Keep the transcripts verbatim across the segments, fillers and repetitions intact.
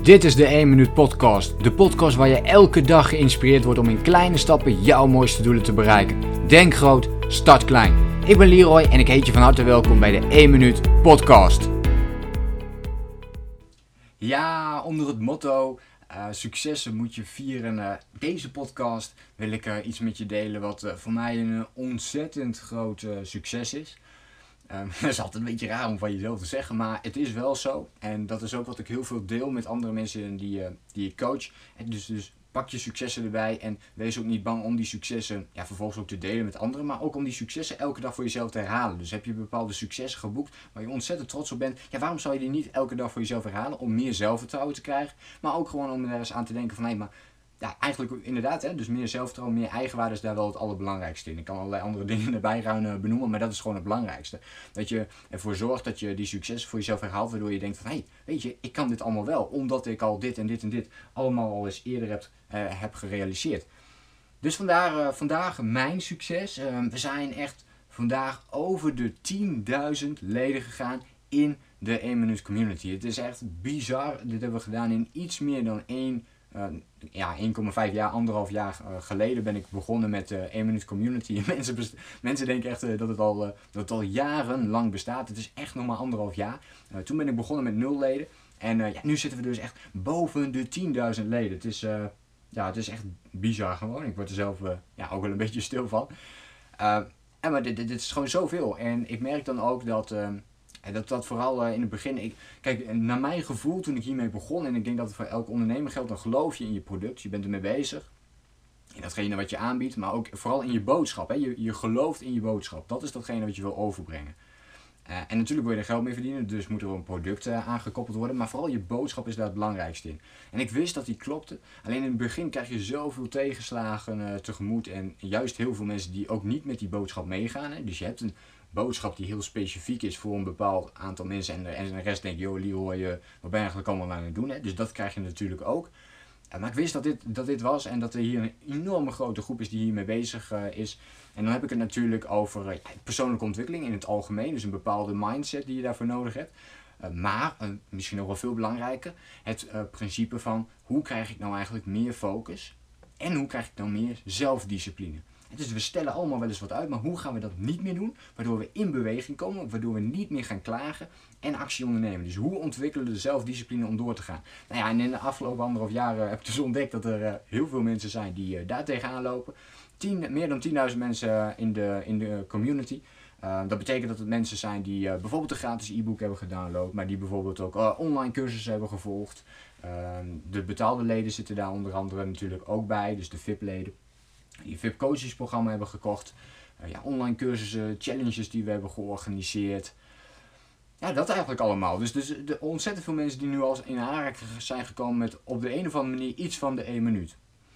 Dit is de één minuut podcast. De podcast waar je elke dag geïnspireerd wordt om in kleine stappen jouw mooiste doelen te bereiken. Denk groot, start klein. Ik ben Leroy en ik heet je van harte welkom bij de één minuut podcast. Ja, onder het motto uh, successen moet je vieren. Uh, deze podcast wil ik uh, iets met je delen wat uh, voor mij een uh, ontzettend groot uh, succes is. Um, dat is altijd een beetje raar om van jezelf te zeggen, maar het is wel zo. En dat is ook wat ik heel veel deel met andere mensen die, uh, die ik coach. En dus, dus pak je successen erbij en wees ook niet bang om die successen ja, vervolgens ook te delen met anderen. Maar ook om die successen elke dag voor jezelf te herhalen. Dus heb je bepaalde successen geboekt waar je ontzettend trots op bent. Ja, waarom zou je die niet elke dag voor jezelf herhalen? Om meer zelfvertrouwen te krijgen. Maar ook gewoon om er eens aan te denken van hé, hey, maar... Ja, eigenlijk inderdaad, hè, dus meer zelfvertrouwen, meer eigenwaarde is daar wel het allerbelangrijkste in. Ik kan allerlei andere dingen erbij gaan benoemen, maar dat is gewoon het belangrijkste. Dat je ervoor zorgt dat je die successen voor jezelf herhaalt, waardoor je denkt van, hé, hey, weet je, ik kan dit allemaal wel, omdat ik al dit en dit en dit allemaal al eens eerder heb, uh, heb gerealiseerd. Dus vandaar, uh, vandaag mijn succes. Uh, we zijn echt vandaag over de tienduizend leden gegaan in de één minuut community. Het is echt bizar, dit hebben we gedaan in iets meer dan één Uh, ja, één komma vijf jaar, anderhalf jaar uh, geleden ben ik begonnen met de uh, één minuut community. mensen, best- mensen denken echt uh, dat, het al, uh, dat het al jarenlang bestaat. Het is echt nog maar anderhalf jaar. Uh, toen ben ik begonnen met nul leden. En uh, ja, nu zitten we dus echt boven de tienduizend leden. Het is, uh, ja, het is echt bizar gewoon. Ik word er zelf uh, ja, ook wel een beetje stil van. Uh, en maar dit, dit, dit is gewoon zoveel. En ik merk dan ook dat... Uh, En dat dat vooral uh, in het begin, ik, kijk, naar mijn gevoel toen ik hiermee begon, en ik denk dat het voor elke ondernemer geldt, dan geloof je in je product, je bent ermee bezig, in datgene wat je aanbiedt, maar ook vooral in je boodschap. Hè. Je, je gelooft in je boodschap, dat is datgene wat je wil overbrengen. Uh, en natuurlijk wil je er geld mee verdienen, dus moet er een product uh, aangekoppeld worden, maar vooral je boodschap is daar het belangrijkste in. En ik wist dat die klopte, alleen in het begin krijg je zoveel tegenslagen uh, tegemoet en juist heel veel mensen die ook niet met die boodschap meegaan. Hè. Dus je hebt een boodschap die heel specifiek is voor een bepaald aantal mensen en de, en de rest denkt, joh Leroy, uh, wat ben je eigenlijk allemaal aan het doen? Hè? Dus dat krijg je natuurlijk ook. Uh, maar ik wist dat dit, dat dit was en dat er hier een enorme grote groep is die hiermee bezig uh, is. En dan heb ik het natuurlijk over uh, persoonlijke ontwikkeling in het algemeen, dus een bepaalde mindset die je daarvoor nodig hebt. Uh, maar, uh, misschien nog wel veel belangrijker, het uh, principe van hoe krijg ik nou eigenlijk meer focus en hoe krijg ik nou meer zelfdiscipline. Dus we stellen allemaal wel eens wat uit, maar hoe gaan we dat niet meer doen? Waardoor we in beweging komen, waardoor we niet meer gaan klagen en actie ondernemen. Dus hoe ontwikkelen we de zelfdiscipline om door te gaan? Nou ja, en in de afgelopen anderhalf jaar uh, heb ik dus ontdekt dat er uh, heel veel mensen zijn die uh, daar tegenaan lopen. Tien, meer dan tienduizend mensen uh, in, de, in de community. Uh, dat betekent dat het mensen zijn die uh, bijvoorbeeld een gratis e-book hebben gedownload, maar die bijvoorbeeld ook uh, online cursussen hebben gevolgd. Uh, de betaalde leden zitten daar onder andere natuurlijk ook bij, dus de V I P-leden. Die V I P-coachingsprogramma hebben gekocht. Uh, ja, online cursussen, challenges die we hebben georganiseerd. Ja, dat eigenlijk allemaal. Dus, dus de ontzettend veel mensen die nu al in aanraking zijn gekomen met op de een of andere manier iets van de één minuut.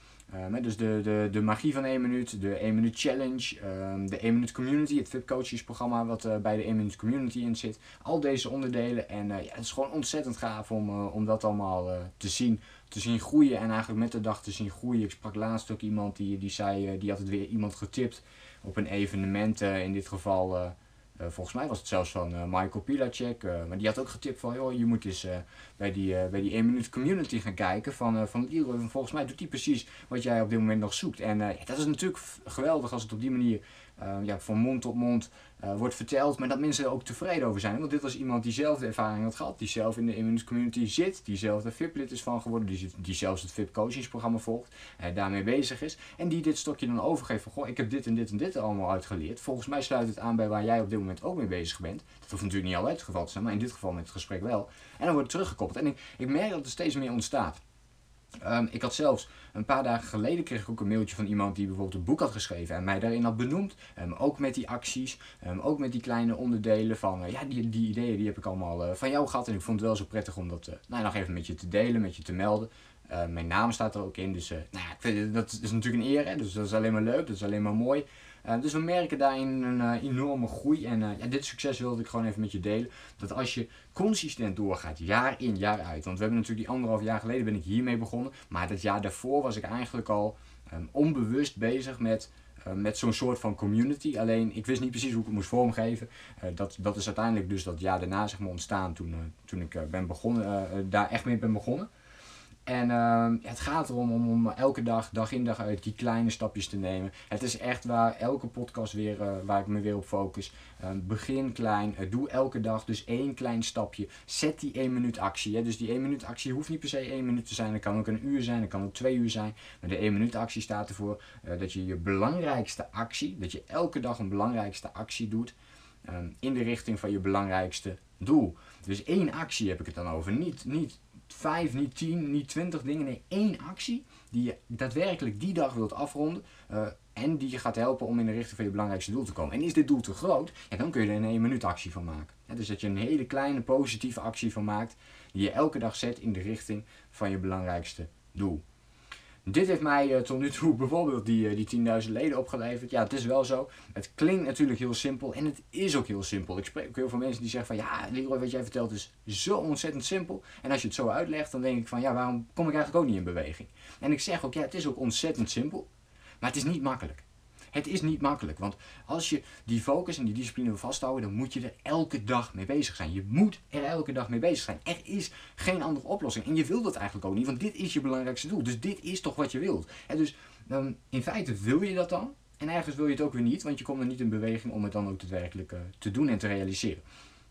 Um, dus de, de, de magie van één minuut, de één minuut challenge, um, de één minuut community, het V I P-coachingsprogramma wat uh, bij de één minuut community in zit. Al deze onderdelen en uh, ja, het is gewoon ontzettend gaaf om, uh, om dat allemaal uh, te zien. Te zien groeien en eigenlijk met de dag te zien groeien. Ik sprak laatst ook iemand die, die zei, uh, die had het weer iemand getipt op een evenement, uh, in dit geval, uh, uh, volgens mij was het zelfs van uh, Michael Pilacek, uh, maar die had ook getipt van, joh, je moet eens uh, bij die, uh, bij die één minuut community gaan kijken van, uh, van Leroy, volgens mij doet die precies wat jij op dit moment nog zoekt. En uh, ja, dat is natuurlijk geweldig als het op die manier uh, ja, van mond tot mond Uh, wordt verteld, maar dat mensen er ook tevreden over zijn. Want dit was iemand die zelf de ervaring had gehad, die zelf in de één minuut community zit, die zelf er V I P-lid is van geworden, die, die zelfs het V I P-coachingsprogramma volgt, uh, daarmee bezig is, en die dit stokje dan overgeeft van, goh, ik heb dit en dit en dit er allemaal uitgeleerd. Volgens mij sluit het aan bij waar jij op dit moment ook mee bezig bent. Dat hoeft natuurlijk niet altijd het geval te zijn, maar in dit geval met het gesprek wel. En dan wordt het teruggekoppeld. En ik, ik merk dat er steeds meer ontstaat. Um, ik had zelfs een paar dagen geleden kreeg ik ook een mailtje van iemand die bijvoorbeeld een boek had geschreven en mij daarin had benoemd. Um, ook met die acties, um, ook met die kleine onderdelen van, uh, ja, die, die ideeën die heb ik allemaal uh, van jou gehad. En ik vond het wel zo prettig om dat uh, nou, nog even met je te delen, met je te melden. Uh, mijn naam staat er ook in, dus uh, nou ja, ik vind, dat is natuurlijk een eer, hè, dus dat is alleen maar leuk, dat is alleen maar mooi. Uh, dus we merken daarin een uh, enorme groei en uh, ja, dit succes wilde ik gewoon even met je delen. Dat als je consistent doorgaat, jaar in, jaar uit. Want we hebben natuurlijk die anderhalf jaar geleden ben ik hiermee begonnen. Maar dat jaar daarvoor was ik eigenlijk al um, onbewust bezig met, uh, met zo'n soort van community. Alleen ik wist niet precies hoe ik het moest vormgeven. Uh, dat, dat is uiteindelijk dus dat jaar daarna zeg maar ontstaan toen, uh, toen ik uh, ben begonnen, uh, daar echt mee ben begonnen. En uh, het gaat erom om, om elke dag, dag in dag uit, die kleine stapjes te nemen. Het is echt waar elke podcast weer, uh, waar ik me weer op focus. Uh, begin klein, uh, doe elke dag dus één klein stapje. Zet die één minuut actie. Hè. Dus die één minuut actie hoeft niet per se één minuut te zijn. Dat kan ook een uur zijn, dat kan ook twee uur zijn. Maar de één minuut actie staat ervoor uh, dat je je belangrijkste actie, dat je elke dag een belangrijkste actie doet. Um, in de richting van je belangrijkste doel. Dus één actie heb ik het dan over. Niet, niet vijf, niet tien, niet twintig dingen. Nee, één actie die je daadwerkelijk die dag wilt afronden. Uh, en die je gaat helpen om in de richting van je belangrijkste doel te komen. En is dit doel te groot? Ja, dan kun je er een één minuut actie van maken. Ja, dus dat je een hele kleine positieve actie van maakt. Die je elke dag zet in de richting van je belangrijkste doel. Dit heeft mij uh, tot nu toe bijvoorbeeld die, uh, die tienduizend leden opgeleverd. Ja, het is wel zo. Het klinkt natuurlijk heel simpel en het is ook heel simpel. Ik spreek ook heel veel mensen die zeggen van ja, Leroy, wat jij vertelt is zo ontzettend simpel. En als je het zo uitlegt, dan denk ik van ja, waarom kom ik eigenlijk ook niet in beweging? En ik zeg ook ja, het is ook ontzettend simpel, maar het is niet makkelijk. Het is niet makkelijk, want als je die focus en die discipline wil vasthouden, dan moet je er elke dag mee bezig zijn. Je moet er elke dag mee bezig zijn. Er is geen andere oplossing. En je wilt dat eigenlijk ook niet, want dit is je belangrijkste doel. Dus dit is toch wat je wilt. En dus um, in feite wil je dat dan. En ergens wil je het ook weer niet, want je komt er niet in beweging om het dan ook daadwerkelijk uh, te doen en te realiseren.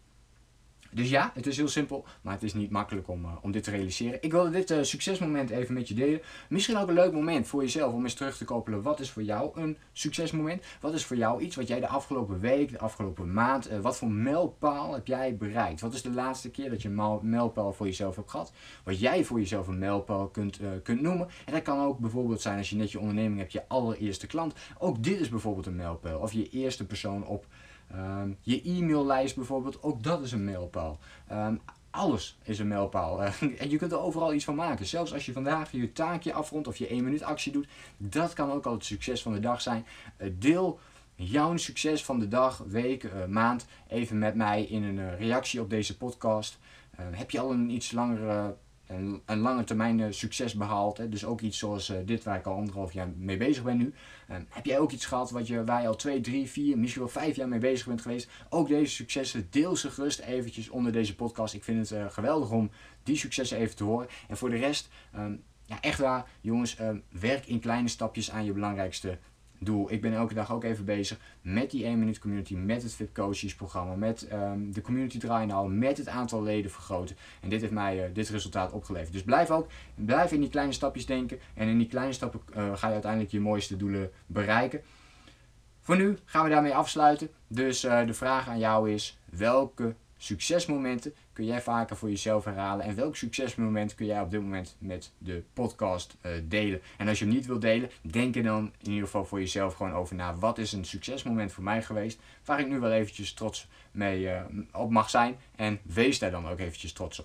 Dus ja, het is heel simpel, maar het is niet makkelijk om, uh, om dit te realiseren. Ik wilde dit uh, succesmoment even met je delen. Misschien ook een leuk moment voor jezelf om eens terug te koppelen. Wat is voor jou een succesmoment? Wat is voor jou iets wat jij de afgelopen week, de afgelopen maand, uh, wat voor mijlpaal heb jij bereikt? Wat is de laatste keer dat je een mijlpaal voor jezelf hebt gehad? Wat jij voor jezelf een mijlpaal kunt, uh, kunt noemen. En dat kan ook bijvoorbeeld zijn als je net je onderneming hebt, je allereerste klant. Ook dit is bijvoorbeeld een mijlpaal. Of je eerste persoon op Um, je e-maillijst bijvoorbeeld, ook dat is een mijlpaal. Um, alles is een mijlpaal. Uh, en je kunt er overal iets van maken. Zelfs als je vandaag je taakje afrondt of je één minuut actie doet, dat kan ook al het succes van de dag zijn. Uh, deel jouw succes van de dag, week, uh, maand even met mij in een uh, reactie op deze podcast. Uh, heb je al een iets langere... Een, een lange termijn uh, succes behaald. Hè? Dus ook iets zoals uh, dit waar ik al anderhalf jaar mee bezig ben nu. Uh, heb jij ook iets gehad wat je, waar je al twee, drie, vier, misschien wel vijf jaar mee bezig bent geweest? Ook deze successen, deel ze gerust eventjes onder deze podcast. Ik vind het uh, geweldig om die successen even te horen. En voor de rest, um, ja echt waar jongens, um, werk in kleine stapjes aan je belangrijkste doel. Ik ben elke dag ook even bezig met die één minuut community, met het V I P Coaches programma, met um, de community draaien, met het aantal leden vergroten. En dit heeft mij uh, dit resultaat opgeleverd. Dus blijf ook, blijf in die kleine stapjes denken. En in die kleine stappen uh, ga je uiteindelijk je mooiste doelen bereiken. Voor nu gaan we daarmee afsluiten. Dus uh, de vraag aan jou is, welke succesmomenten kun jij vaker voor jezelf herhalen en welk succesmoment kun jij op dit moment met de podcast uh, delen? En als je hem niet wilt delen, denk er dan in ieder geval voor jezelf gewoon over na. Wat is een succesmoment voor mij geweest waar ik nu wel eventjes trots mee uh, op mag zijn en wees daar dan ook eventjes trots op.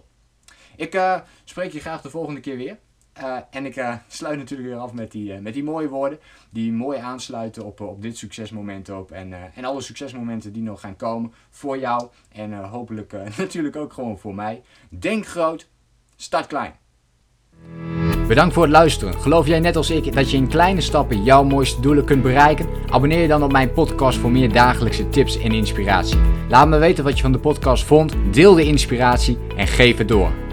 Ik uh, spreek je graag de volgende keer weer. Uh, en ik uh, sluit natuurlijk weer af met die, uh, met die mooie woorden. Die mooi aansluiten op, uh, op dit succesmoment ook. En, uh, en alle succesmomenten die nog gaan komen voor jou. En uh, hopelijk uh, natuurlijk ook gewoon voor mij. Denk groot, start klein. Bedankt voor het luisteren. Geloof jij net als ik dat je in kleine stappen jouw mooiste doelen kunt bereiken? Abonneer je dan op mijn podcast voor meer dagelijkse tips en inspiratie. Laat me weten wat je van de podcast vond. Deel de inspiratie en geef het door.